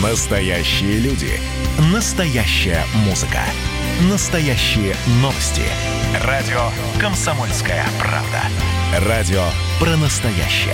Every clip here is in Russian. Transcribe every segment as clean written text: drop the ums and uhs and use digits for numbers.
Настоящие люди. Настоящая музыка. Настоящие новости. Радио «Комсомольская правда». Радио про настоящее.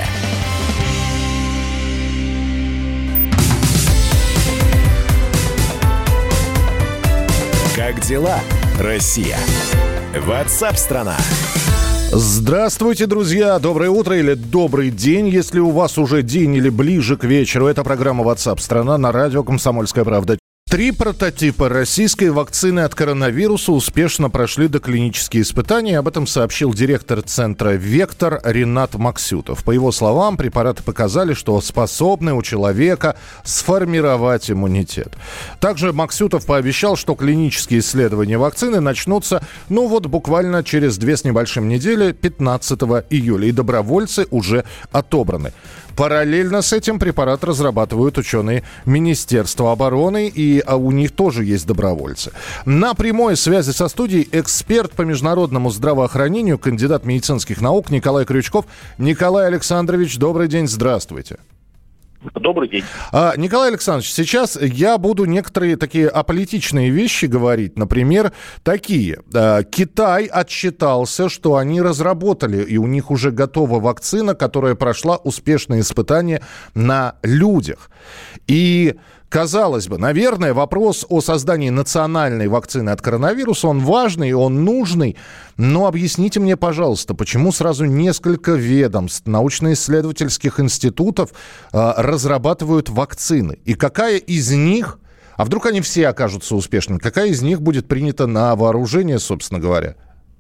Как дела, Россия? WhatsApp-страна. Здравствуйте, друзья! Доброе утро или добрый день, если у вас уже день или ближе к вечеру. Это программа WhatsApp «Страна» на радио «Комсомольская правда». 3 прототипа российской вакцины от коронавируса успешно прошли доклинические испытания. Об этом сообщил директор центра «Вектор» Ринат Максютов. По его словам, препараты показали, что способны у человека сформировать иммунитет. Также Максютов пообещал, что клинические исследования вакцины начнутся, буквально через 2 с небольшим недели, 15 июля. И добровольцы уже отобраны. Параллельно с этим препарат разрабатывают ученые Министерства обороны, и у них тоже есть добровольцы. На прямой связи со студией эксперт по международному здравоохранению, кандидат медицинских наук Николай Крючков. Николай Александрович, добрый день, здравствуйте. Добрый день. Николай Александрович, сейчас я буду некоторые такие аполитичные вещи говорить. Например, такие. Китай отчитался, что они разработали, и у них уже готова вакцина, которая прошла успешные испытания на людях. И... казалось бы, наверное, вопрос о создании национальной вакцины от коронавируса, он важный, он нужный. Но объясните мне, пожалуйста, почему сразу несколько ведомств, научно-исследовательских институтов разрабатывают вакцины? И какая из них, а вдруг они все окажутся успешными, какая из них будет принята на вооружение, собственно говоря?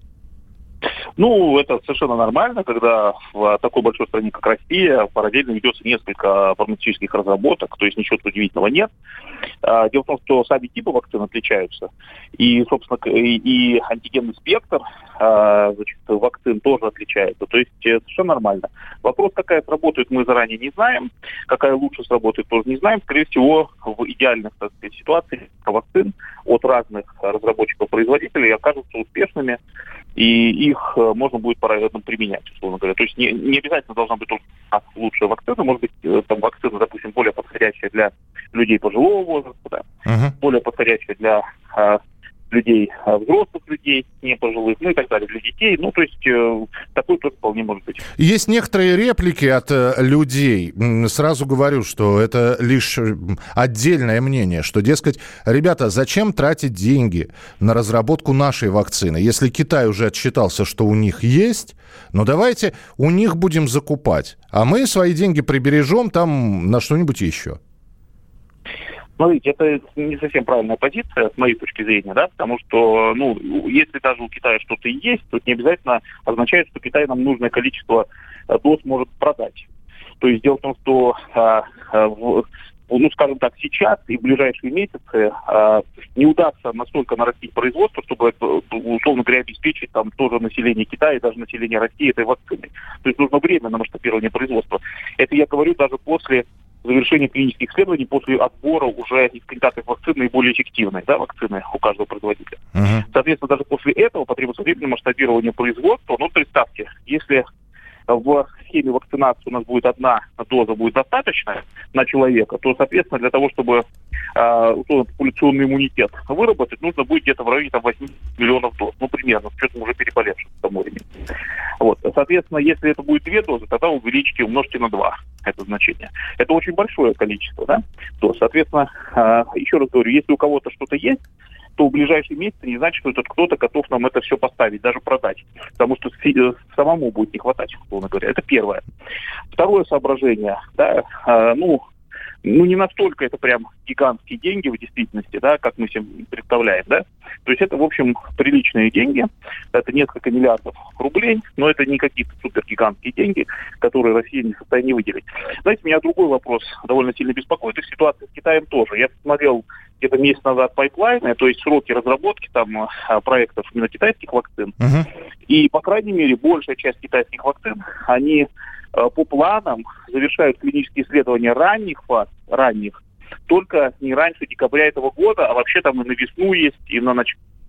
Это совершенно нормально, когда в такой большой стране, как Россия, параллельно ведется несколько фармацевтических разработок, то есть ничего удивительного нет. Дело в том, что сами типы вакцин отличаются, и, собственно, и антигенный спектр вакцин тоже отличается, то есть совершенно нормально. Вопрос, какая сработает, мы заранее не знаем, какая лучше сработает, тоже не знаем. Скорее всего, в идеальных, ситуациях вакцин от разных разработчиков-производителей окажутся успешными, и их можно будет параллельно применять, условно говоря. То есть не обязательно должна быть только лучшая вакцина, может быть, там вакцина, допустим, более подходящая для людей пожилого возраста, более подходящая для людей, взрослых людей, не пожилых, и так далее, для детей. То есть такой тоже вполне может быть. Есть некоторые реплики от людей. Сразу говорю, что это лишь отдельное мнение, что, дескать, ребята, зачем тратить деньги на разработку нашей вакцины? Если Китай уже отчитался, что у них есть, давайте у них будем закупать, а мы свои деньги прибережем там на что-нибудь еще. Смотрите, это не совсем правильная позиция, с моей точки зрения, потому что, если даже у Китая что-то и есть, то это не обязательно означает, что Китай нам нужное количество доз может продать. То есть дело в том, что, скажем так, сейчас и в ближайшие месяцы не удастся настолько нарастить производство, чтобы, условно говоря, обеспечить там тоже население Китая и даже население России этой вакциной. То есть нужно время на масштабирование производства. Это я говорю даже после завершения клинических исследований, после отбора уже из кандидатов вакцин наиболее эффективной вакцины у каждого производителя. Соответственно, даже после этого потребуется время на масштабирование производства. Представьте, если в схеме вакцинации у нас будет одна доза будет достаточно на человека, то, соответственно, для того, чтобы популяционный иммунитет выработать, нужно будет где-то в районе 8 миллионов доз. Примерно, с учетом уже переболевших к тому времени. Соответственно, если это будет 2 дозы, тогда увеличите, умножьте на 2 это значение. Это очень большое количество, То, соответственно, еще раз говорю, если у кого-то что-то есть, то в ближайшие месяцы не значит, что этот кто-то готов нам это все поставить, даже продать. Потому что самому будет не хватать, условно говоря. Это первое. Второе соображение, не настолько это прям гигантские деньги в действительности, как мы себе представляем, То есть это, в общем, приличные деньги, это несколько миллиардов рублей, но это не какие-то супергигантские деньги, которые Россия не в состоянии выделить. Знаете, меня другой вопрос довольно сильно беспокоит, и ситуация с Китаем тоже. Я посмотрел где-то месяц назад пайплайны, то есть сроки разработки проектов именно китайских вакцин, и, по крайней мере, большая часть китайских вакцин, они по планам завершают клинические исследования ранних фаз, только не раньше декабря этого года, а вообще там и на весну есть, и на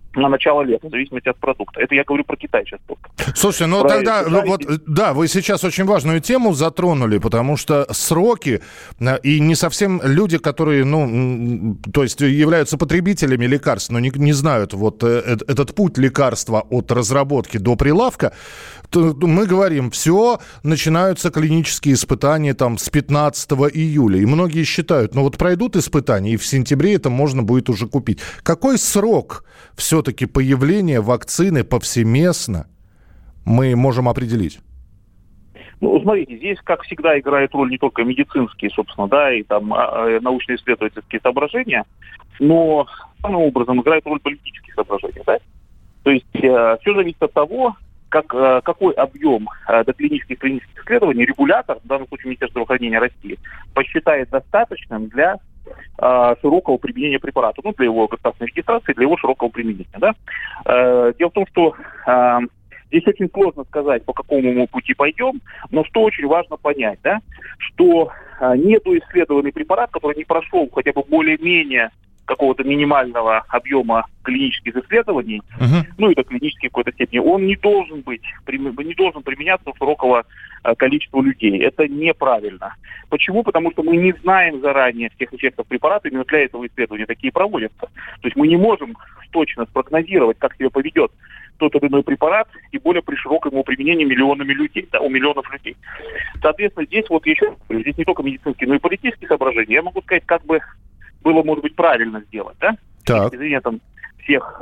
на начало лета, в зависимости от продукта. Это я говорю про Китай сейчас только. Слушайте, ну про тогда, Китай, вот, да, вы сейчас очень важную тему затронули, потому что сроки и не совсем люди, которые, ну, то есть являются потребителями лекарств, но не знают вот этот путь лекарства от разработки до прилавка, то мы говорим, все, начинаются клинические испытания там с 15 июля, и многие считают, ну вот пройдут испытания, и в сентябре это можно будет уже купить. Какой срок все-таки появления вакцины повсеместно мы можем определить? Ну, смотрите, здесь, как всегда, играет роль не только медицинские, собственно, да, и там научно-исследовательские соображения, но самым образом играет роль политических соображений, да. То есть все зависит от того, какой объем доклинических исследований регулятор, в данном случае Министерство здравоохранения России, посчитает достаточным для широкого применения препарата, ну, для его государственной регистрации, для его широкого применения, да. Дело в том, что здесь очень сложно сказать, по какому мы пути пойдем, но что очень важно понять, да, что недоисследованный препарат, который не прошел хотя бы более-менее какого-то минимального объема клинических исследований, ну и до клинической какой-то степени, он не должен применяться у широкого количества людей. Это неправильно. Почему? Потому что мы не знаем заранее всех эффектов препарата, именно для этого исследования такие проводятся. То есть мы не можем точно спрогнозировать, как себя поведет тот или иной препарат, и более при широком его применении миллионами людей, да, у миллионов людей. Соответственно, здесь вот еще, здесь не только медицинские, но и политические соображения. Я могу сказать, как бы было, может быть, правильно сделать, да? С точки зрения там всех,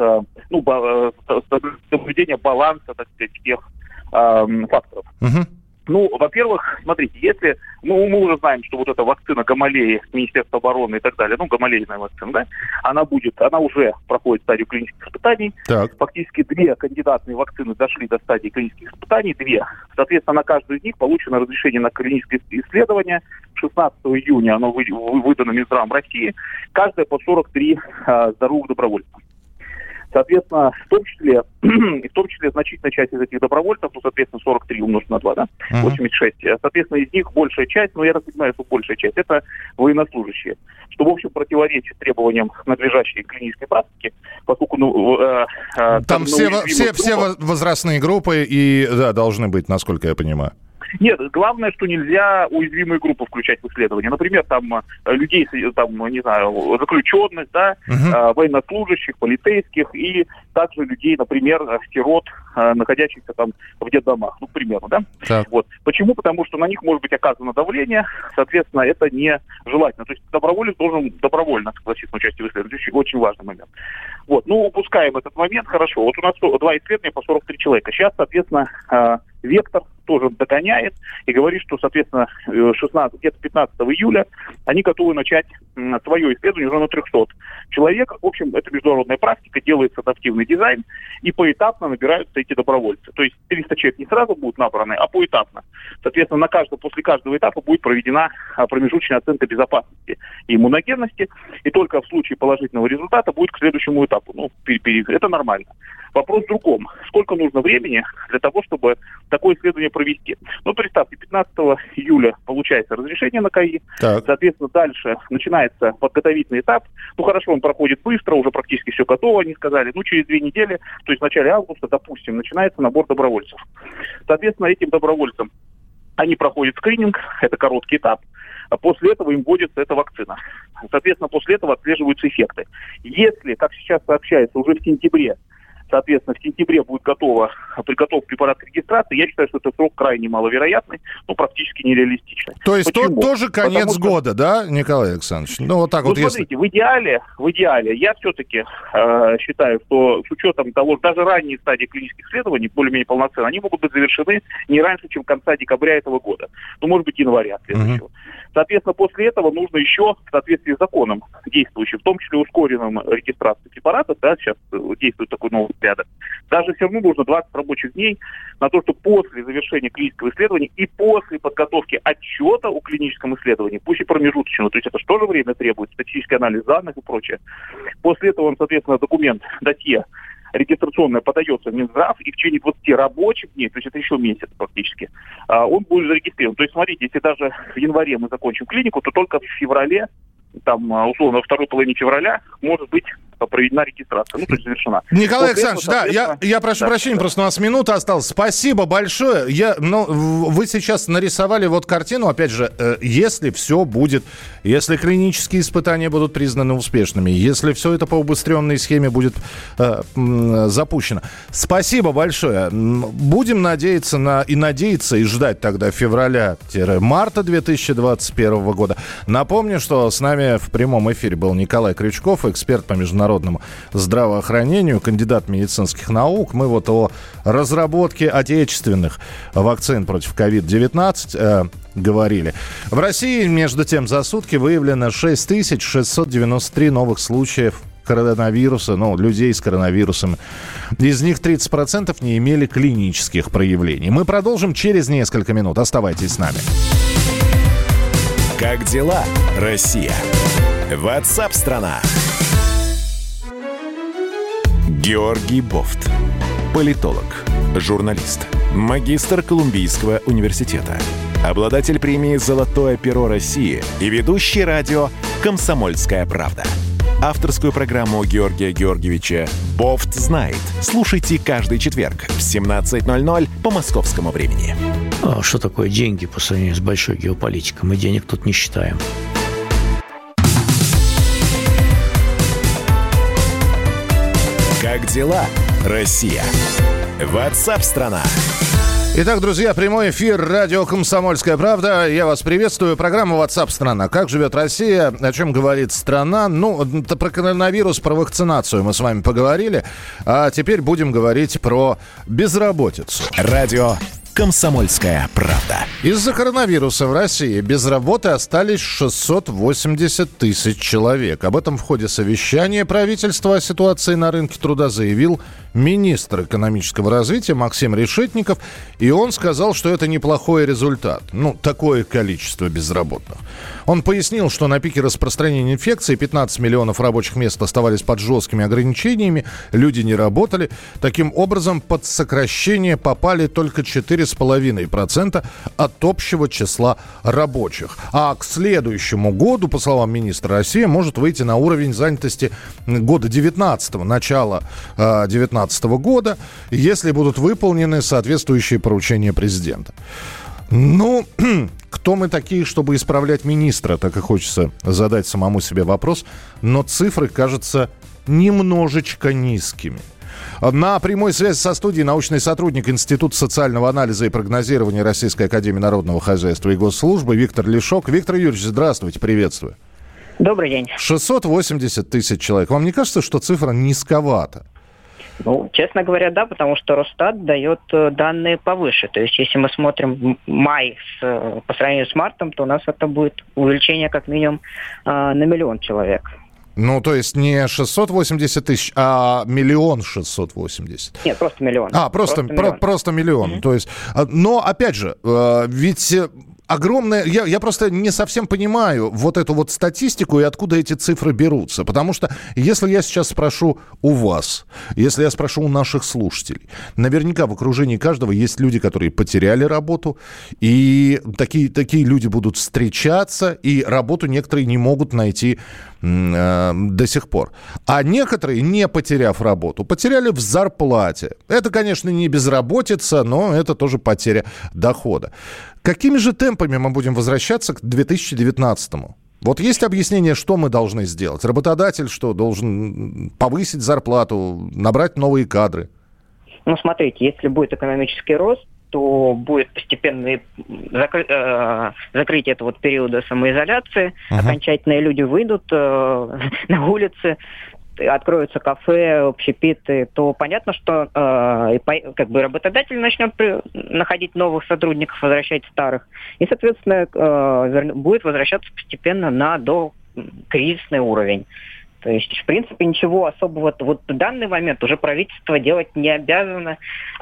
соблюдения баланса, так сказать, всех факторов. Ну, во-первых, смотрите, если, мы уже знаем, что вот эта вакцина Гамалеи, Министерства обороны и так далее, гамалейная вакцина, да, она уже проходит стадию клинических испытаний. Так. Фактически 2 кандидатные вакцины дошли до стадии клинических испытаний, 2. Соответственно, на каждую из них получено разрешение на клиническое исследование. 16 июня оно выдано Минздравом России. Каждая по 43 здоровых добровольцев. Соответственно, в том числе значительная часть из этих добровольцев, соответственно, 43 умножить на 2, да, 86. Соответственно, из них большая часть, я так понимаю, что большая часть, это военнослужащие. Что, в общем, противоречит требованиям надлежащей клинической практики, поскольку... там все возрастные группы и, да, должны быть, насколько я понимаю. Нет, главное, что нельзя уязвимые группы включать в исследования. Например, там людей, там, не знаю, заключенных, да, военнослужащих, полицейских и также людей, например, сирот, находящихся там в детдомах, к примеру, да. Так. Вот. Почему? Потому что на них может быть оказано давление, соответственно, это нежелательно. То есть доброволец должен добровольно согласиться на участие в исследовании. Это очень важный момент. Вот. Упускаем этот момент, хорошо. Вот у нас 2 исследования по 43 человека. Сейчас, соответственно, Вектор тоже догоняет и говорит, что, соответственно, где-то 15 июля они готовы начать свое исследование уже на 300 человек. В общем, это международная практика, делается адаптивный дизайн, и поэтапно набираются эти добровольцы. То есть 300 человек не сразу будут набраны, а поэтапно. Соответственно, после каждого этапа будет проведена промежуточная оценка безопасности и иммуногенности, и только в случае положительного результата будет к следующему этапу. Это нормально. Вопрос в другом. Сколько нужно времени для того, чтобы такое исследование провести? Представьте, 15 июля получается разрешение на КАИ. Так. Соответственно, дальше начинается подготовительный этап. Хорошо, он проходит быстро, уже практически все готово, они сказали. Через 2 недели, то есть в начале августа, допустим, начинается набор добровольцев. Соответственно, этим добровольцам они проходят скрининг, это короткий этап. А после этого им вводится эта вакцина. Соответственно, после этого отслеживаются эффекты. Если, как сейчас сообщается, уже в сентябре, соответственно, в сентябре будет готов препарат к регистрации, я считаю, что этот срок крайне маловероятный, практически нереалистичный. То есть тоже конец года, да, Николай Александрович? Смотрите, в идеале я все-таки считаю, что с учетом того, что даже ранние стадии клинических исследований, более-менее полноценные, они могут быть завершены не раньше, чем конца декабря этого года. Может быть, января следующего. Соответственно, после этого нужно еще, в соответствии с законом действующим, в том числе ускоренным регистрацией препаратов, да, сейчас действует такой новый порядок, даже все равно нужно 20 рабочих дней на то, что после завершения клинического исследования и после подготовки отчета о клиническом исследовании, пусть и промежуточного, то есть это же тоже время требует, статистический анализ данных и прочее. После этого соответственно, документ, досье регистрационное подается в Минздрав, и в течение 20 рабочих дней, то есть это еще месяц практически, он будет зарегистрирован. То есть, смотрите, если даже в январе мы закончим клинику, то только в феврале, условно, во второй половине февраля может быть проведена регистрация, то есть завершена. Николай Александрович, я прошу прощения, просто у нас минута осталась. Спасибо большое. Вы сейчас нарисовали вот картину, опять же, если все будет, если клинические испытания будут признаны успешными, если все это по убыстренной схеме будет запущено. Спасибо большое. Будем надеяться и ждать тогда февраля-марта 2021 года. Напомню, что с нами в прямом эфире был Николай Крючков, эксперт по международному здравоохранению, кандидат медицинских наук. Мы вот о разработке отечественных вакцин против COVID-19 говорили. В России, между тем, за сутки выявлено 6693 новых случаев коронавируса, людей с коронавирусом. Из них 30% не имели клинических проявлений. Мы продолжим через несколько минут. Оставайтесь с нами. Как дела, Россия? WhatsApp-страна. Георгий Бофт. Политолог, журналист, магистр Колумбийского университета, обладатель премии «Золотое перо России» и ведущий радио «Комсомольская правда». Авторскую программу Георгия Георгиевича «Бофт знает». Слушайте каждый четверг в 17:00 по московскому времени. Что такое деньги по сравнению с большой геополитикой? Мы денег тут не считаем. Как дела, Россия? WhatsApp-страна. Итак, друзья, прямой эфир радио «Комсомольская правда». Я вас приветствую. Программа WhatsApp страна. Как живет Россия? О чем говорит страна? Про коронавирус, про вакцинацию мы с вами поговорили. А теперь будем говорить про безработицу. Радио «Комсомольская правда». Из-за коронавируса в России без работы остались 680 тысяч человек. Об этом в ходе совещания правительства о ситуации на рынке труда заявил министр экономического развития Максим Решетников. И он сказал, что это неплохой результат. Такое количество безработных. Он пояснил, что на пике распространения инфекции 15 миллионов рабочих мест оставались под жесткими ограничениями. Люди не работали. Таким образом, под сокращение попали только 4,5% от общего числа рабочих. А к следующему году, по словам министра, Россия может выйти на уровень занятости года 19-го, начала 19 года, если будут выполнены соответствующие поручения президента. Кто мы такие, чтобы исправлять министра? Так и хочется задать самому себе вопрос. Но цифры кажутся немножечко низкими. На прямой связи со студией научный сотрудник Института социального анализа и прогнозирования Российской академии народного хозяйства и госслужбы Виктор Лешок. Виктор Юрьевич, здравствуйте, приветствую. Добрый день. 680 тысяч человек. Вам не кажется, что цифра низковата? Честно говоря, да, потому что Росстат дает данные повыше. То есть, если мы смотрим май по сравнению с мартом, то у нас это будет увеличение как минимум на 1 миллион человек. То есть не 680 тысяч, а 1 680 000. Нет, просто миллион. Просто миллион. Mm-hmm. То есть, но, опять же, ведь огромное... Я просто не совсем понимаю вот эту вот статистику и откуда эти цифры берутся. Потому что если я сейчас спрошу у вас, если я спрошу у наших слушателей, наверняка в окружении каждого есть люди, которые потеряли работу, и такие люди будут встречаться, и работу некоторые не могут найти до сих пор. А некоторые, не потеряв работу, потеряли в зарплате. Это, конечно, не безработица, но это тоже потеря дохода. Какими же темпами мы будем возвращаться к 2019-му? Вот есть объяснение, что мы должны сделать? Работодатель что, должен повысить зарплату, набрать новые кадры? Смотрите, если будет экономический рост, то будет постепенное закрытие этого периода самоизоляции. Окончательно люди выйдут на улицы, откроются кафе, общепиты, то понятно, что работодатель начнет находить новых сотрудников, возвращать старых. И, соответственно, будет возвращаться постепенно на докризисный уровень. То есть, в принципе, ничего особого в данный момент уже правительство делать не обязано.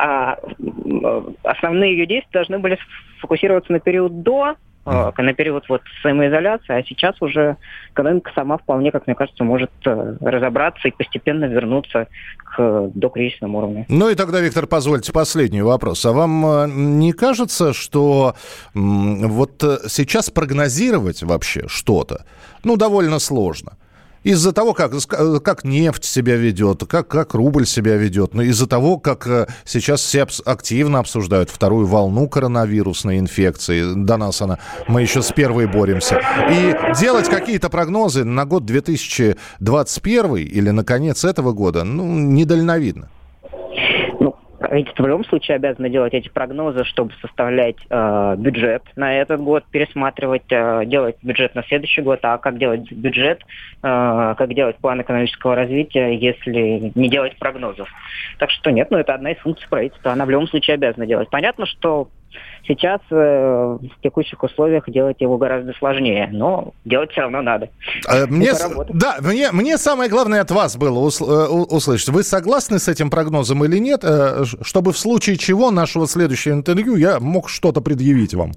Основные ее действия должны были сфокусироваться на период на период самоизоляции, а сейчас уже экономика сама вполне, как мне кажется, может разобраться и постепенно вернуться к докризисному уровню. И тогда, Виктор, позвольте последний вопрос. А вам не кажется, что вот сейчас прогнозировать вообще что-то, довольно сложно? Из-за того, как нефть себя ведет, как рубль себя ведет, но из-за того, как сейчас все активно обсуждают вторую волну коронавирусной инфекции. До нас мы еще с первой боремся. И делать какие-то прогнозы на год 2021 или на конец этого года, недальновидно. Правительство в любом случае обязано делать эти прогнозы, чтобы составлять бюджет на этот год, пересматривать, делать бюджет на следующий год. А как делать бюджет, как делать план экономического развития, если не делать прогнозов? Так что нет, это одна из функций правительства. Она в любом случае обязана делать. Понятно, что сейчас в текущих условиях делать его гораздо сложнее, но делать все равно надо. Мне самое главное от вас было услышать. Вы согласны с этим прогнозом или нет, чтобы в случае чего нашего следующего интервью я мог что-то предъявить вам?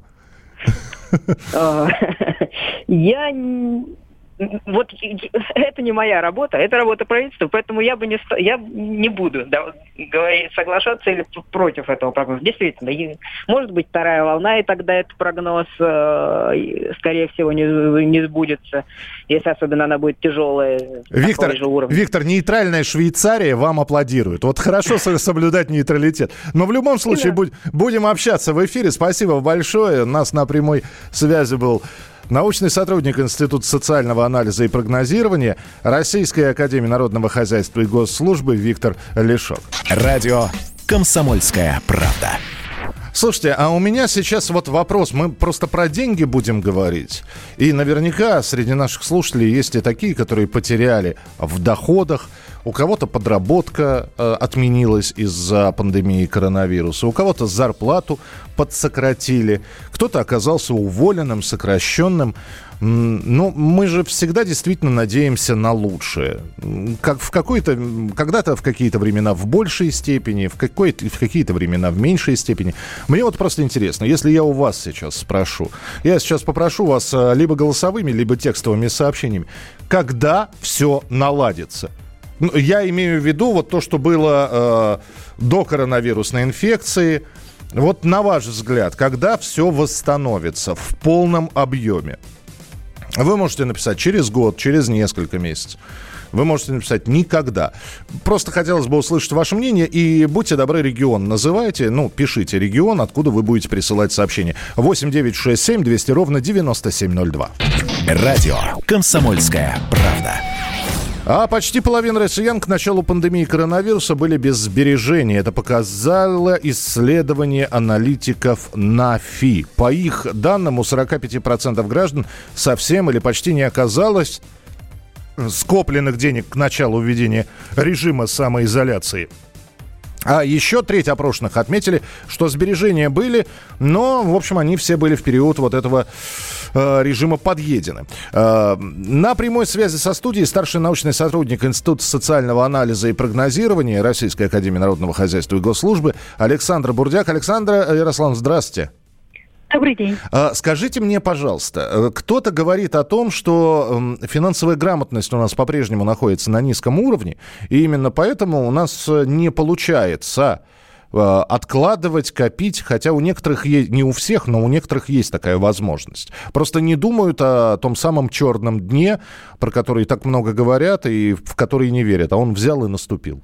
Это не моя работа, это работа правительства, поэтому я не буду говорить, соглашаться или против этого прогноза. Действительно, может быть вторая волна, и тогда этот прогноз, скорее всего, не сбудется, если особенно она будет тяжелая. Виктор, нейтральная Швейцария вам аплодирует. Вот хорошо соблюдать нейтралитет. Но в любом случае будем общаться в эфире. Спасибо большое. У нас на прямой связи был научный сотрудник Института социального анализа и прогнозирования Российской академии народного хозяйства и госслужбы Виктор Лешок. Радио «Комсомольская правда». Слушайте, а у меня сейчас вопрос. Мы просто про деньги будем говорить. И наверняка среди наших слушателей есть и такие, которые потеряли в доходах. У кого-то подработка отменилась из-за пандемии коронавируса. У кого-то зарплату подсократили. Кто-то оказался уволенным, сокращенным. Мы же всегда действительно надеемся на лучшее. Когда-то в какие-то времена в большей степени, в какие-то времена в меньшей степени. Мне просто интересно, если я у вас сейчас спрошу, я сейчас попрошу вас либо голосовыми, либо текстовыми сообщениями, когда все наладится? Я имею в виду то, что было до коронавирусной инфекции. На ваш взгляд, когда все восстановится в полном объеме? Вы можете написать через год, через несколько месяцев. Вы можете написать никогда. Просто хотелось бы услышать ваше мнение. И будьте добры, регион называйте. Пишите регион, откуда вы будете присылать сообщение. 8 9 6 7 200 ровно 9702. Радио «Комсомольская правда». А почти половина россиян к началу пандемии коронавируса были без сбережений. Это показало исследование аналитиков НАФИ. По их данным, у 45% граждан совсем или почти не оказалось скопленных денег к началу введения режима самоизоляции. А еще треть опрошенных отметили, что сбережения были, но, в общем, они все были в период этого режима подъедены. На прямой связи со студией старший научный сотрудник Института социального анализа и прогнозирования Российской академии народного хозяйства и госслужбы Александра Бурдяк. Александра Ярославовна, здравствуйте. Добрый день. Скажите мне, пожалуйста, кто-то говорит о том, что финансовая грамотность у нас по-прежнему находится на низком уровне, и именно поэтому у нас не получается откладывать, копить, хотя у некоторых есть, не у всех, но у некоторых есть такая возможность. Просто не думают о том самом черном дне, про который так много говорят и в который не верят, а он взял и наступил.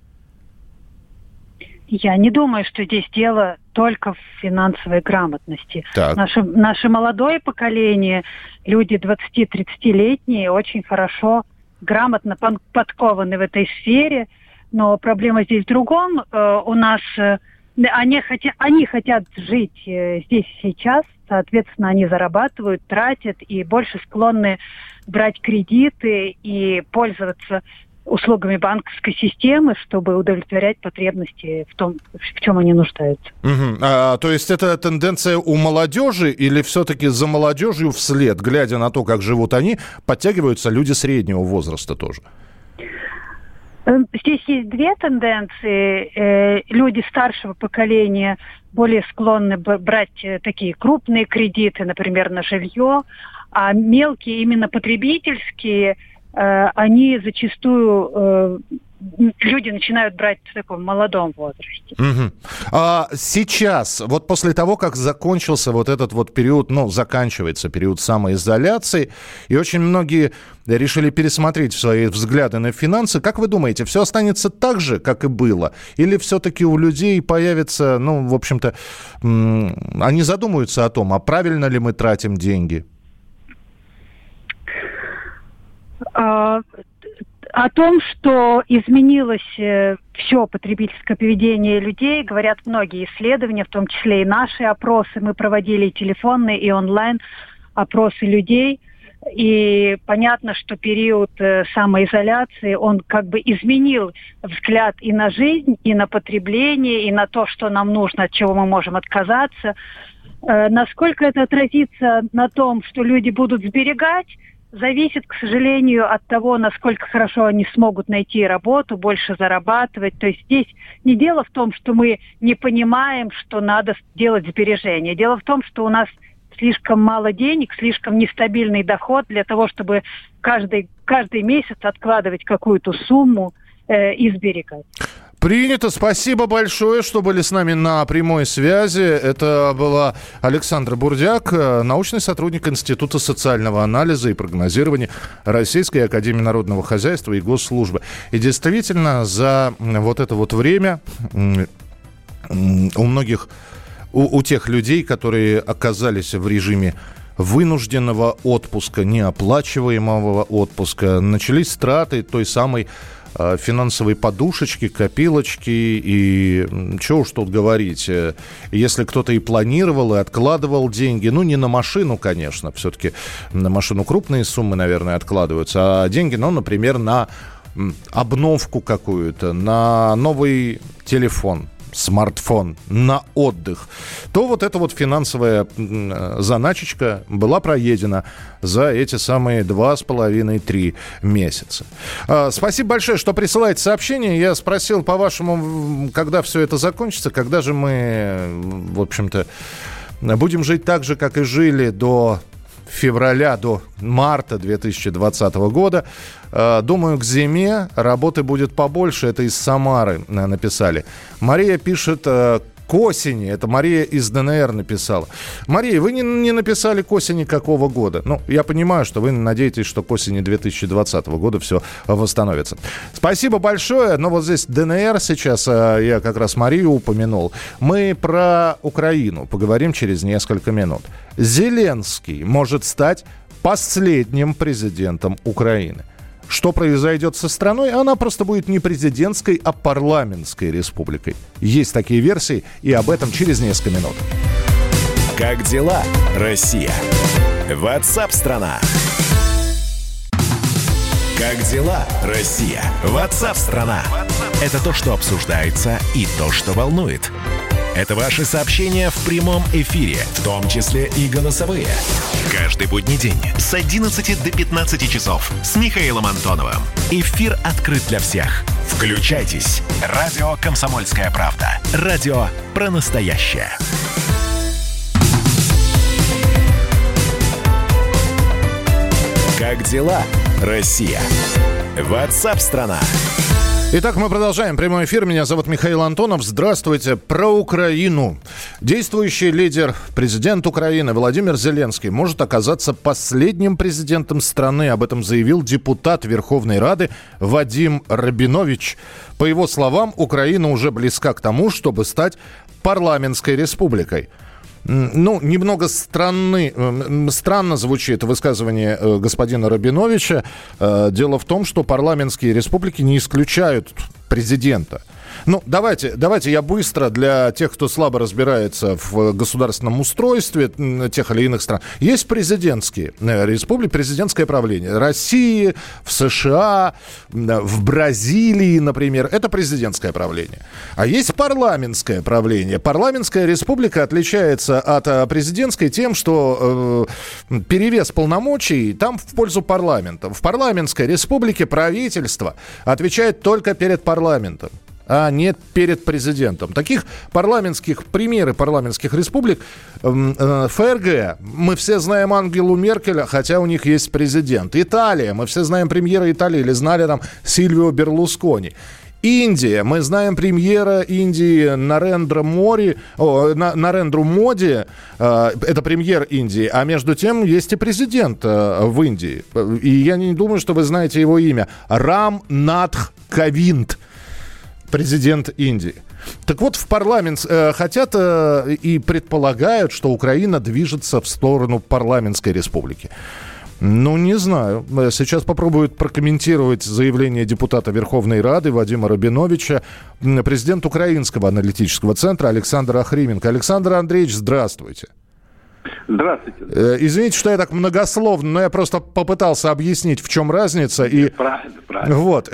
Я не думаю, что здесь дело только в финансовой грамотности. Наше молодое поколение, люди 20-30-летние, очень хорошо, грамотно подкованы в этой сфере, но проблема здесь в другом. У нас они хотят жить здесь и сейчас, соответственно, они зарабатывают, тратят и больше склонны брать кредиты и пользоваться услугами банковской системы, чтобы удовлетворять потребности в том, в чем они нуждаются. То есть это тенденция у молодежи или все-таки за молодежью вслед, глядя на то, как живут они, подтягиваются люди среднего возраста тоже? Здесь есть две тенденции. Люди старшего поколения более склонны брать такие крупные кредиты, например, на жилье, а мелкие, именно потребительские, они зачастую люди начинают брать в таком молодом возрасте. Сейчас, вот после того, как закончился вот этот вот период, заканчивается период самоизоляции, и очень многие решили пересмотреть свои взгляды на финансы, как вы думаете, все останется так же, как и было? Или все-таки у людей появится, в общем-то, они задумаются о том, а правильно ли мы тратим деньги? О том, что изменилось все потребительское поведение людей, говорят многие исследования, в том числе и наши опросы. Мы проводили и телефонные, и онлайн опросы людей. И понятно, что период самоизоляции, он как бы изменил взгляд и на жизнь, и на потребление, и на то, что нам нужно, от чего мы можем отказаться. Насколько это отразится на том, что люди будут сберегать, зависит, к сожалению, от того, насколько хорошо они смогут найти работу, больше зарабатывать. То есть здесь не дело в том, что мы не понимаем, что надо делать сбережения. Дело в том, что у нас слишком мало денег, слишком нестабильный доход для того, чтобы каждый месяц откладывать какую-то сумму и сберегать. Принято. Спасибо большое, что были с нами на прямой связи. Это была Александра Бурдяк, научный сотрудник Института социального анализа и прогнозирования Российской академии народного хозяйства и госслужбы. И действительно, за вот это вот время у многих, у тех людей, которые оказались в режиме вынужденного отпуска, неоплачиваемого отпуска, начались траты той самой финансовой подушечки, копилочки, и что уж тут говорить. Если кто-то и планировал, и откладывал деньги, не на машину, конечно, все-таки на машину крупные суммы, наверное, откладываются, а деньги, например, на обновку какую-то, на новый телефон, смартфон, на отдых, то вот эта вот финансовая заначечка была проедена за эти самые 2,5-3 месяца. Спасибо большое, что присылаете сообщения. Я спросил, по-вашему, когда все это закончится, когда же мы, в общем-то, будем жить так же, как и жили до февраля, до марта 2020 года. Думаю, к зиме работы будет побольше. Это из Самары написали. Мария пишет к осени. Это Мария из ДНР написала. Мария, вы не написали к осени какого года? Я понимаю, что вы надеетесь, что к осени 2020 года все восстановится. Спасибо большое. Но вот здесь ДНР сейчас, я как раз Марию упомянул. Мы про Украину поговорим через несколько минут. Зеленский может стать последним президентом Украины. Что произойдет со страной? Она просто будет не президентской, а парламентской республикой. Есть такие версии, и об этом через несколько минут. Как дела, Россия? WhatsApp-страна. Как дела, Россия? WhatsApp-страна. Это то, что обсуждается, и то, что волнует. Это ваши сообщения в прямом эфире, в том числе и голосовые. Каждый будний день с 11 до 15 часов с Михаилом Антоновым. Эфир открыт для всех. Включайтесь. Радио «Комсомольская правда». Радио про настоящее. Как дела, Россия? WhatsApp-страна. Итак, мы продолжаем прямой эфир. Меня зовут Михаил Антонов. Здравствуйте. Про Украину. Действующий лидер, президент Украины Владимир Зеленский может оказаться последним президентом страны. Об этом заявил депутат Верховной Рады Вадим Рабинович. По его словам, Украина уже близка к тому, чтобы стать парламентской республикой. Немного странно звучит высказывание господина Рабиновича. Дело в том, что парламентские республики не исключают президента. Давайте я быстро для тех, кто слабо разбирается в государственном устройстве тех или иных стран. Есть президентские республики, президентское правление. России, в США, в Бразилии, например. Это президентское правление. А есть парламентское правление. Парламентская республика отличается от президентской тем, что перевес полномочий там в пользу парламента. В парламентской республике правительство отвечает только перед парламентом. а не перед президентом. Таких примеры парламентских республик ФРГ. Мы все знаем Ангелу Меркель, хотя у них есть президент. Италия. Мы все знаем премьера Италии или знали там Сильвио Берлускони. Индия. Мы знаем премьера Индии Нарендру Моди. Это премьер Индии. А между тем есть и президент в Индии. И я не думаю, что вы знаете его имя. Рам Натх Ковинд. Президент Индии. Так вот, в парламент хотят и предполагают, что Украина движется в сторону парламентской республики. Ну, не знаю. Сейчас попробуют прокомментировать заявление депутата Верховной Рады Вадима Рабиновича, президент Украинского аналитического центра Александр Охрименко. Александр Андреевич, здравствуйте. Здравствуйте. Извините, что я так многословно, но я просто попытался объяснить, в чем разница. И правильно. Вот,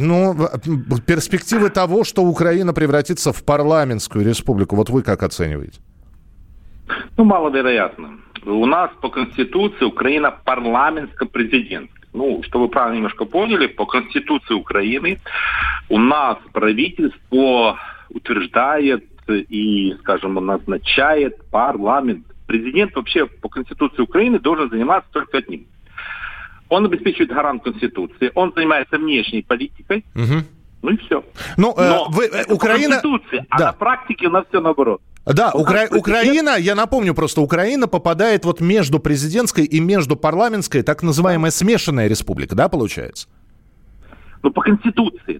перспективы того, что Украина превратится в парламентскую республику, вот вы как оцениваете? Ну, маловероятно. У нас по Конституции Украина парламентско-президентская. Ну, чтобы вы правильно немножко поняли, по Конституции Украины у нас правительство утверждает и, скажем, назначает парламент. Президент вообще по Конституции Украины должен заниматься только одним. Он обеспечивает гарант Конституции, он занимается внешней политикой, ну и все. Но Украина... Конституции, а на практике у нас все наоборот. Да, Украина, я напомню просто, Украина попадает вот между президентской и между парламентской, так называемая смешанная республика, да, получается? Ну, по Конституции.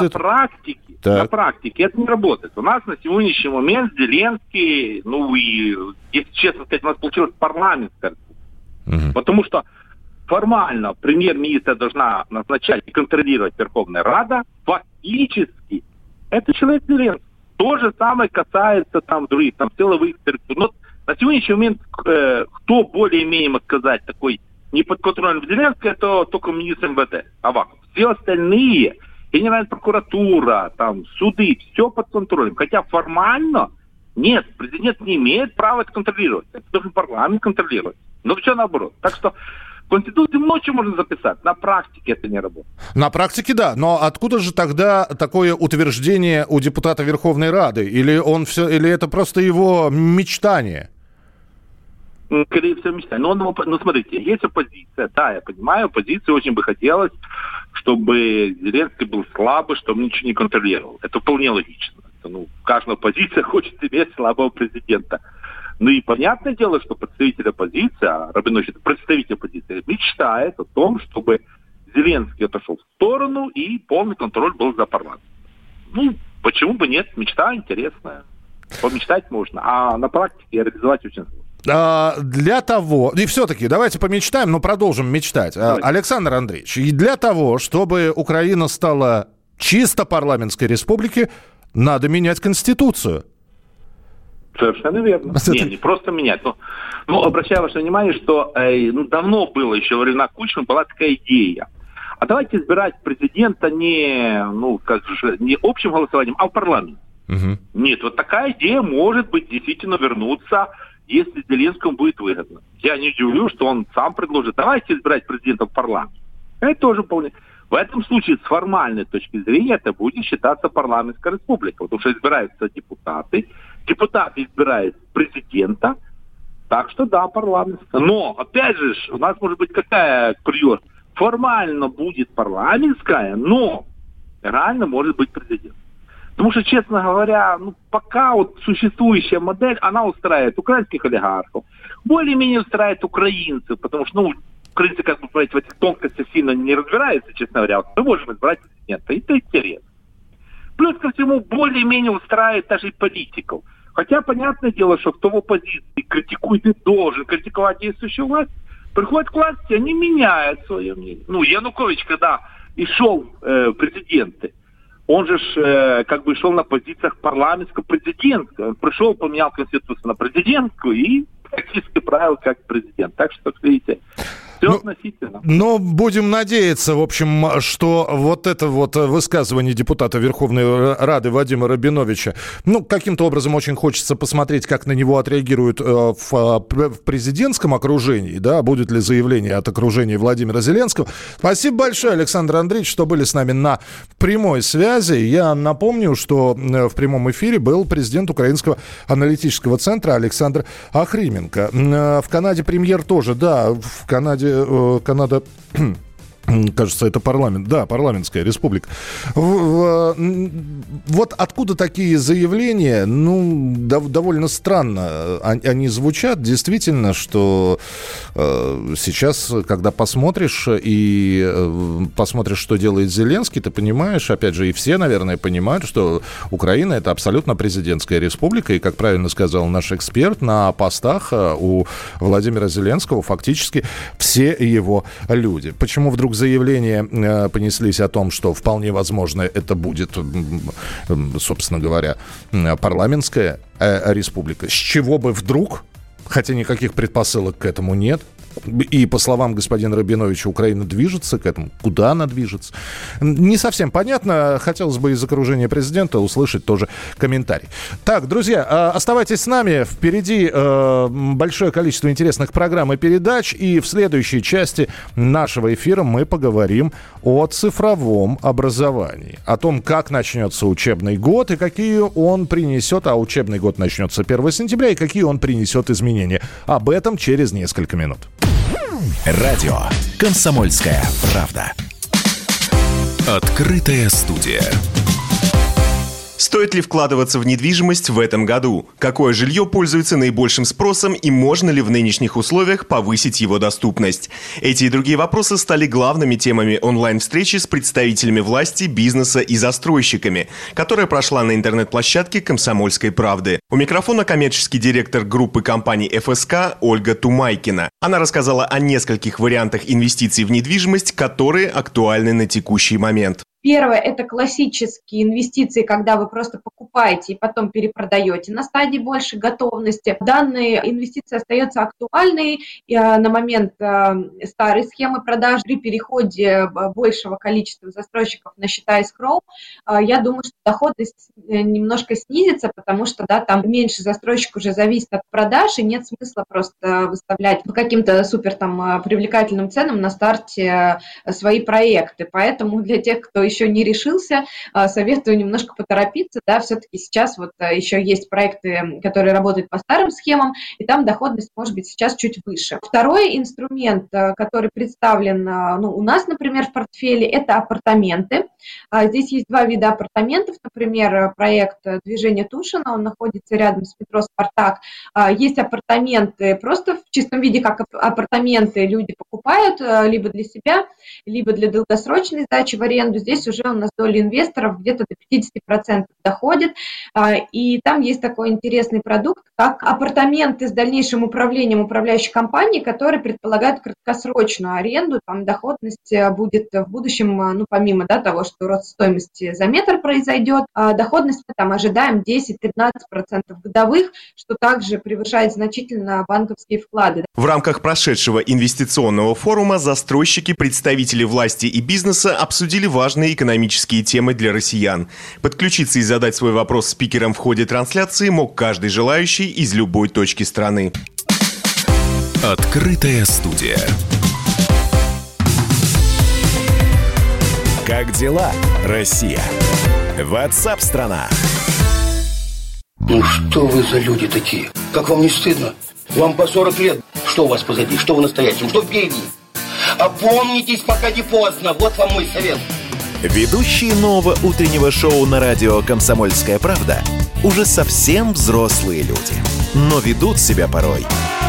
На практике это не работает. У нас на сегодняшний момент Зеленский, ну и, если честно сказать, у нас получилась парламентская республика. Потому что формально премьер-министра должна назначать и контролировать Верховная Рада. Фактически это человек Зеленский. То же самое касается там других, там силовых структур. Но на сегодняшний момент кто более-менее, можно сказать, такой неподконтрольный Зеленский, это только министр МВД Аваков. Все остальные, Генеральная прокуратура, там, суды, все под контролем. Хотя формально нет, президент не имеет права это контролировать. Это должен парламент контролировать. Но все наоборот. Так что в Конституции много чего можно записать. На практике это не работает. На практике, да. Но откуда же тогда такое утверждение у депутата Верховной Рады? Или это просто его мечтание? Скорее всего, мечтание. Но смотрите, есть оппозиция. Да, я понимаю, оппозиции очень бы хотелось, чтобы Зеленский был слабый, чтобы ничего не контролировал. Это вполне логично. Каждая оппозиция хочет иметь слабого президента. Ну и понятное дело, что представитель оппозиции, а Рабинович это представитель оппозиции, мечтает о том, чтобы Зеленский отошел в сторону и полный контроль был за парламентом. Ну, почему бы нет? Мечта интересная. Помечтать можно, а на практике реализовать очень сложно. Для того, и все-таки давайте помечтаем, но продолжим мечтать. Давайте. Александр Андреевич, и для того, чтобы Украина стала чисто парламентской республикой, надо менять Конституцию. Совершенно верно. Не просто менять. Но обращаю ваше внимание, что давно было, еще во времена Кучмы, была такая идея. А давайте избирать президента не общим голосованием, а в парламенте. Нет, вот такая идея может быть действительно вернуться, если Зеленскому будет выгодно. Я не удивлюсь, что он сам предложит, давайте избирать президента в парламенте. Это тоже вполне... В этом случае, с формальной точки зрения, это будет считаться парламентская республика, потому что избираются депутаты избирают президента, так что да, парламентская. Но, опять же, у нас может быть какая курьез? Формально будет парламентская, но реально может быть президент. Потому что, честно говоря, пока вот существующая модель, она устраивает украинских олигархов, более-менее устраивает украинцев, потому что, украинцы, как бы, в этих тонкостях сильно не разбираются, честно говоря. Мы можем избрать президента, и это интересно. Плюс ко всему, более-менее устраивает даже и политиков. Хотя, понятное дело, что кто в оппозиции критикует и должен критиковать действующую власть, приходят к власти, они меняют свое мнение. Янукович, когда и шел президенты, он же шел на позициях парламентско-президентской. Он пришел, поменял Конституцию на президентскую и практически правил как президент. Так что, видите, Все относительно. Но будем надеяться, в общем, что вот это вот высказывание депутата Верховной Рады Вадима Рабиновича, каким-то образом очень хочется посмотреть, как на него отреагируют в президентском окружении, да, будет ли заявление от окружения Владимира Зеленского. Спасибо большое, Александр Андреевич, что были с нами на прямой связи. Я напомню, что в прямом эфире был президент Украинского аналитического центра Александр Охрименко. В Канаде премьер тоже, да, в Канада, кажется, это парламент. Да, парламентская республика. Вот откуда такие заявления, довольно странно они звучат. Действительно, что сейчас, когда посмотришь, что делает Зеленский, ты понимаешь, опять же, и все, наверное, понимают, что Украина — это абсолютно президентская республика. И, как правильно сказал наш эксперт, на постах у Владимира Зеленского фактически все его люди. Почему вдруг заявления понеслись о том, что вполне возможно это будет, собственно говоря, парламентская республика? С чего бы вдруг, хотя никаких предпосылок к этому нет, и, по словам господина Рабиновича, Украина движется к этому. Куда она движется? Не совсем понятно. Хотелось бы из окружения президента услышать тоже комментарий. Так, друзья, оставайтесь с нами. Впереди большое количество интересных программ и передач. И в следующей части нашего эфира мы поговорим о цифровом образовании. О том, как начнется учебный год и какие он принесет. А учебный год начнется 1 сентября. И какие он принесет изменения. Об этом через несколько минут. Радио «Комсомольская правда». Открытая студия. Стоит ли вкладываться в недвижимость в этом году? Какое жилье пользуется наибольшим спросом и можно ли в нынешних условиях повысить его доступность? Эти и другие вопросы стали главными темами онлайн-встречи с представителями власти, бизнеса и застройщиками, которая прошла на интернет-площадке «Комсомольской правды». У микрофона коммерческий директор группы компаний ФСК Ольга Тумайкина. Она рассказала о нескольких вариантах инвестиций в недвижимость, которые актуальны на текущий момент. Первое – это классические инвестиции, когда вы просто покупаете и потом перепродаете на стадии большей готовности. Данные инвестиции остаются актуальной на момент старой схемы продаж. При переходе большего количества застройщиков на счета escrow, я думаю, что доходность немножко снизится, потому что там меньше застройщик уже зависит от продаж, и нет смысла просто выставлять по каким-то супер привлекательным ценам на старте свои проекты. Поэтому для тех, кто еще не решился, советую немножко поторопиться, все-таки сейчас еще есть проекты, которые работают по старым схемам, и там доходность может быть сейчас чуть выше. Второй инструмент, который представлен у нас, например, в портфеле, это апартаменты. Здесь есть два вида апартаментов, например, проект «Движение Тушина», он находится рядом с метро «Спартак». Есть апартаменты просто в чистом виде, как апартаменты люди покупают либо для себя, либо для долгосрочной сдачи в аренду. Здесь уже у нас доля инвесторов где-то до 50% доходит, и там есть такой интересный продукт, как апартаменты с дальнейшим управлением управляющей компании, которые предполагают краткосрочную аренду, там доходность будет в будущем, помимо того, что рост стоимости за метр произойдет, доходность мы там ожидаем 10-15% годовых, что также превышает значительно банковские вклады. В рамках прошедшего инвестиционного форума застройщики, представители власти и бизнеса обсудили важные экономические темы для россиян. Подключиться и задать свой вопрос спикерам в ходе трансляции мог каждый желающий из любой точки страны. Открытая студия. Как дела, Россия? WhatsApp-страна. Ну что вы за люди такие? Как вам не стыдно? Вам по 40 лет. Что у вас позади? Что в настоящем? Что впереди? Опомнитесь, пока не поздно. Вот вам мой совет. Ведущие нового утреннего шоу на радио «Комсомольская правда» уже совсем взрослые люди, но ведут себя порой.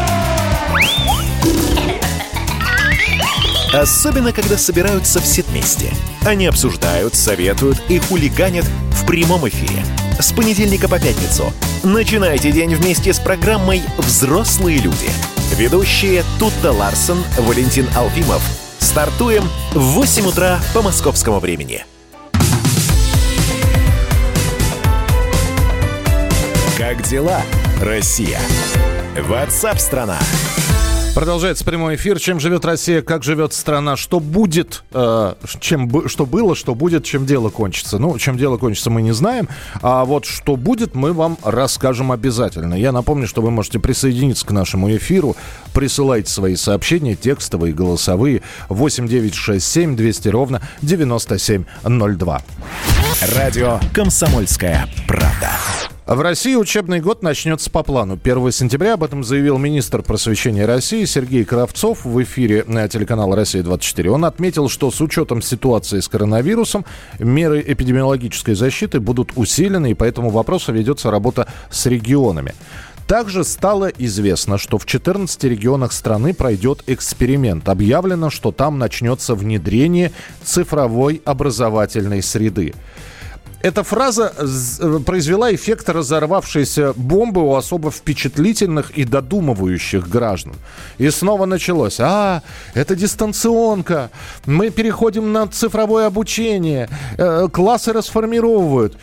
Особенно, когда собираются все вместе. Они обсуждают, советуют и хулиганят в прямом эфире. С понедельника по пятницу. Начинайте день вместе с программой «Взрослые люди». Ведущие Тутта Ларсон, Валентин Алфимов. Стартуем в 8 утра по московскому времени. Как дела, Россия? WhatsApp-страна. Продолжается прямой эфир. Чем живет Россия, как живет страна, что будет, что было, что будет, чем дело кончится. Ну, чем дело кончится, мы не знаем. А вот что будет, мы вам расскажем обязательно. Я напомню, что вы можете присоединиться к нашему эфиру. Присылайте свои сообщения, текстовые, голосовые. 8967 200 ровно 9702. Радио «Комсомольская правда». В России учебный год начнется по плану. 1 сентября об этом заявил министр просвещения России Сергей Кравцов в эфире телеканала «Россия-24». Он отметил, что с учетом ситуации с коронавирусом меры эпидемиологической защиты будут усилены, и по этому вопросу ведется работа с регионами. Также стало известно, что в 14 регионах страны пройдет эксперимент. Объявлено, что там начнется внедрение цифровой образовательной среды. Эта фраза произвела эффект разорвавшейся бомбы у особо впечатлительных и додумывающих граждан. И снова началось. Это дистанционка. Мы переходим на цифровое обучение. Классы расформировывают.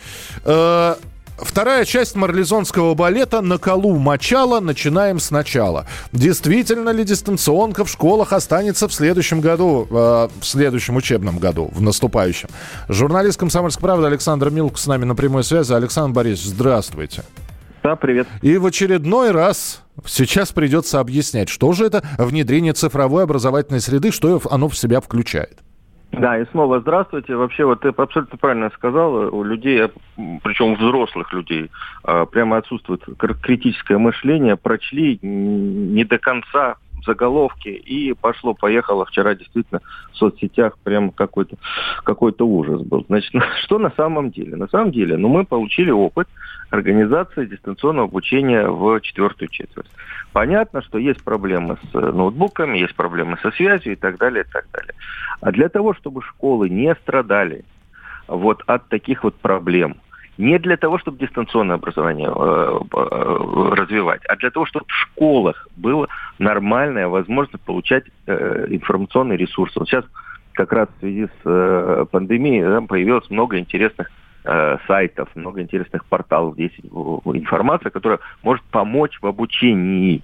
Вторая часть марлезонского балета «На колу мочала, начинаем сначала». Действительно ли дистанционка в школах останется в следующем году, в следующем учебном году, в наступающем? Журналист «Комсомольской правды» Александр Милкус с нами на прямой связи. Александр Борисович, здравствуйте. Да, привет. И в очередной раз сейчас придется объяснять, что же это внедрение цифровой образовательной среды, что оно в себя включает. Да, и снова здравствуйте. Вообще, вот ты абсолютно правильно сказал, у людей, причем у взрослых людей, прямо отсутствует критическое мышление, прочли не до конца заголовки, и пошло-поехало. Вчера действительно в соцсетях прям какой-то ужас был. Значит, что на самом деле? На самом деле, мы получили опыт организации дистанционного обучения в 4-ю четверть. Понятно, что есть проблемы с ноутбуками, есть проблемы со связью и так далее, и так далее. А для того, чтобы школы не страдали вот от таких вот проблем, не для того, чтобы дистанционное образование развивать, а для того, чтобы в школах была нормальная возможность получать информационные ресурсы. Вот сейчас как раз в связи с пандемией там появилось много интересных сайтов, много интересных порталов. Здесь информация, которая может помочь в обучении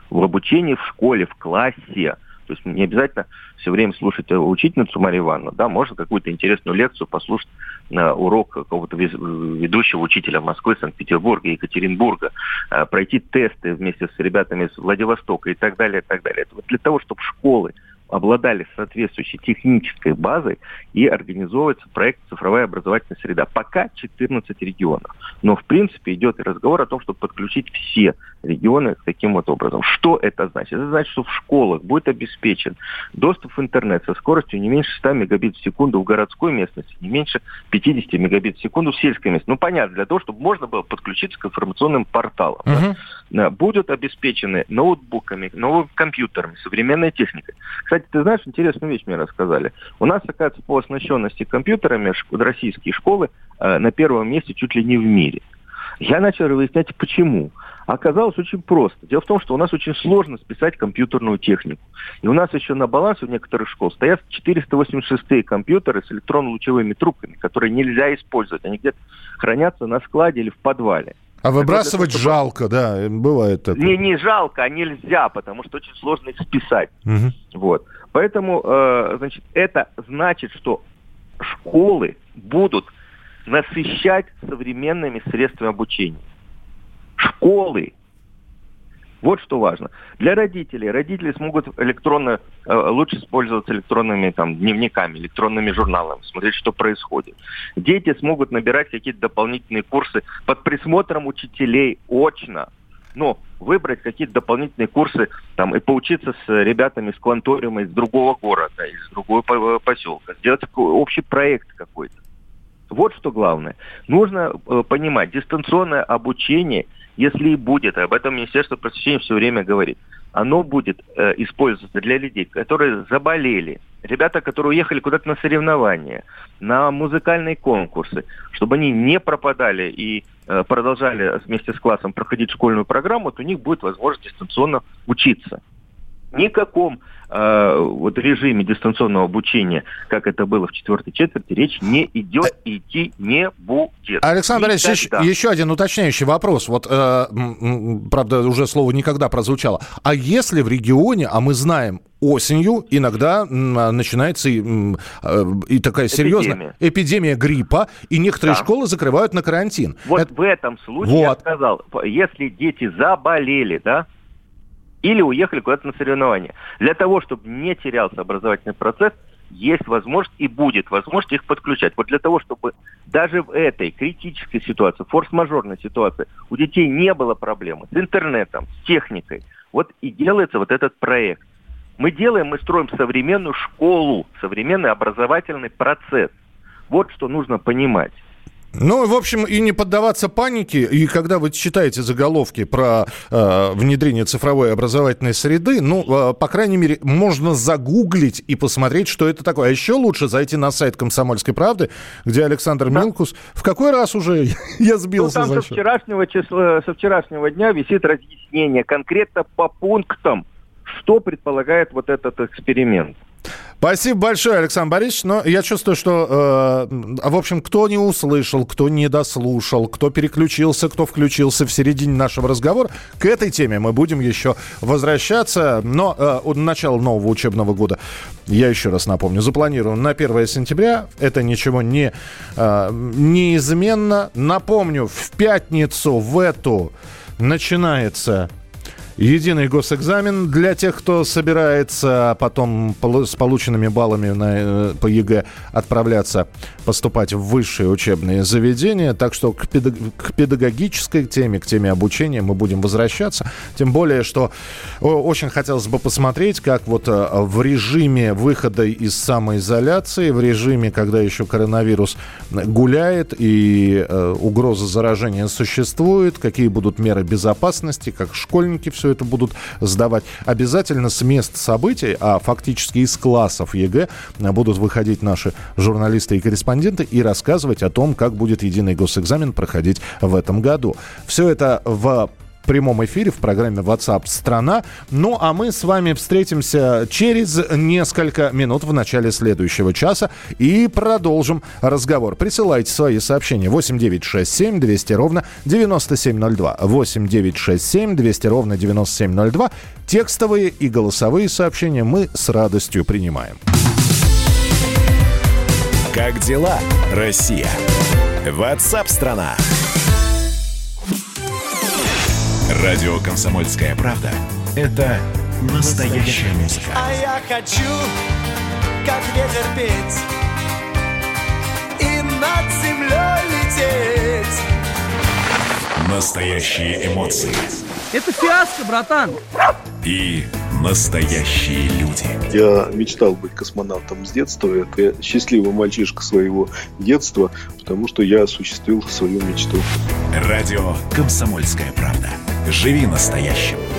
в школе, в классе. То есть не обязательно все время слушать учительницу Марию Ивановну, да, можно какую-то интересную лекцию послушать на урок какого-то ведущего учителя Москвы, Санкт-Петербурга, Екатеринбурга, пройти тесты вместе с ребятами из Владивостока и так далее, и так далее. Это вот для того, чтобы школы обладали соответствующей технической базой и организовывается проект «Цифровая образовательная среда». Пока 14 регионов. Но, в принципе, идет и разговор о том, чтобы подключить все регионы таким вот образом. Что это значит? Это значит, что в школах будет обеспечен доступ в интернет со скоростью не меньше 100 мегабит в секунду в городской местности, не меньше 50 мегабит в секунду в сельской местности. Понятно, для того, чтобы можно было подключиться к информационным порталам. Да? Будут обеспечены ноутбуками, новыми компьютерами, современной техникой. Кстати, ты знаешь, интересную вещь мне рассказали. У нас, оказывается, по оснащенности компьютерами российские школы на первом месте чуть ли не в мире. Я начал выяснять, почему. Оказалось очень просто. Дело в том, что у нас очень сложно списать компьютерную технику. И у нас еще на балансе у некоторых школ стоят 486-е компьютеры с электронно-лучевыми трубками, которые нельзя использовать. Они где-то хранятся на складе или в подвале. А выбрасывать того, жалко, да, бывает такое. Не жалко, а нельзя, потому что очень сложно их списать. Вот. Поэтому, значит, это значит, что школы будут насыщать современными средствами обучения. Школы. Вот что важно. Для родителей. Родители смогут лучше использоваться электронными дневниками, электронными журналами, смотреть, что происходит. Дети смогут набирать какие-то дополнительные курсы под присмотром учителей очно. Но выбрать какие-то дополнительные курсы и поучиться с ребятами из кванториума из другого города, из другого поселка. Сделать общий проект какой-то. Вот что главное. Нужно понимать, дистанционное обучение, если и будет, об этом Министерство просвещения все время говорит, оно будет использоваться для людей, которые заболели, ребята, которые уехали куда-то на соревнования, на музыкальные конкурсы, чтобы они не пропадали и продолжали вместе с классом проходить школьную программу, то у них будет возможность дистанционно учиться. Ни о каком режиме дистанционного обучения, как это было в четвертой четверти, речь не идет и идти не будет. Александр Борисович, еще один уточняющий вопрос. Правда, уже слово «никогда» прозвучало. А если в регионе, а мы знаем, осенью иногда начинается и такая серьезная эпидемия гриппа, и некоторые школы закрывают на карантин. В этом случае я сказал, если дети заболели, или уехали куда-то на соревнования. Для того, чтобы не терялся образовательный процесс, есть возможность и будет возможность их подключать. Для того, чтобы даже в этой критической ситуации, форс-мажорной ситуации, у детей не было проблемы с интернетом, с техникой, и делается этот проект. Мы строим современную школу, современный образовательный процесс. Вот что нужно понимать. В общем, и не поддаваться панике. И когда вы читаете заголовки про внедрение цифровой образовательной среды, по крайней мере, можно загуглить и посмотреть, что это такое. А еще лучше зайти на сайт «Комсомольской правды», где Александр Милкус... В какой раз уже я сбился? Там со вчерашнего дня висит разъяснение конкретно по пунктам, что предполагает этот эксперимент. Спасибо большое, Александр Борисович. Но я чувствую, что, в общем, кто не услышал, кто не дослушал, кто переключился, кто включился в середине нашего разговора, к этой теме мы будем еще возвращаться. Но начало нового учебного года, я еще раз напомню, запланировано на 1 сентября. Это ничего неизменно. Напомню, в пятницу в эту начинается... Единый госэкзамен для тех, кто собирается потом с полученными баллами по ЕГЭ отправляться поступать в высшие учебные заведения. Так что к педагогической теме, к теме обучения мы будем возвращаться. Тем более, что очень хотелось бы посмотреть, как в режиме выхода из самоизоляции, в режиме, когда еще коронавирус гуляет и угроза заражения существует, какие будут меры безопасности, как школьники все это будут сдавать. Обязательно с мест событий, а фактически из классов ЕГЭ, будут выходить наши журналисты и корреспонденты и рассказывать о том, как будет единый госэкзамен проходить в этом году. Все это в прямом эфире в программе WhatsApp страна. А мы с вами встретимся через несколько минут в начале следующего часа и продолжим разговор. Присылайте свои сообщения 8 9 6 7 200 ровно 9702. 8 9 6 7 200 ровно 9702. Текстовые и голосовые сообщения мы с радостью принимаем. Как дела, Россия? WhatsApp страна. Радио «Комсомольская правда» — это настоящая музыка. А я хочу, как ветер, петь и над землей лететь. Настоящие эмоции. Это фиаско, братан. И настоящие люди. Я мечтал быть космонавтом с детства. Я счастливый мальчишка своего детства, потому что я осуществил свою мечту. Радио «Комсомольская правда». Живи настоящим.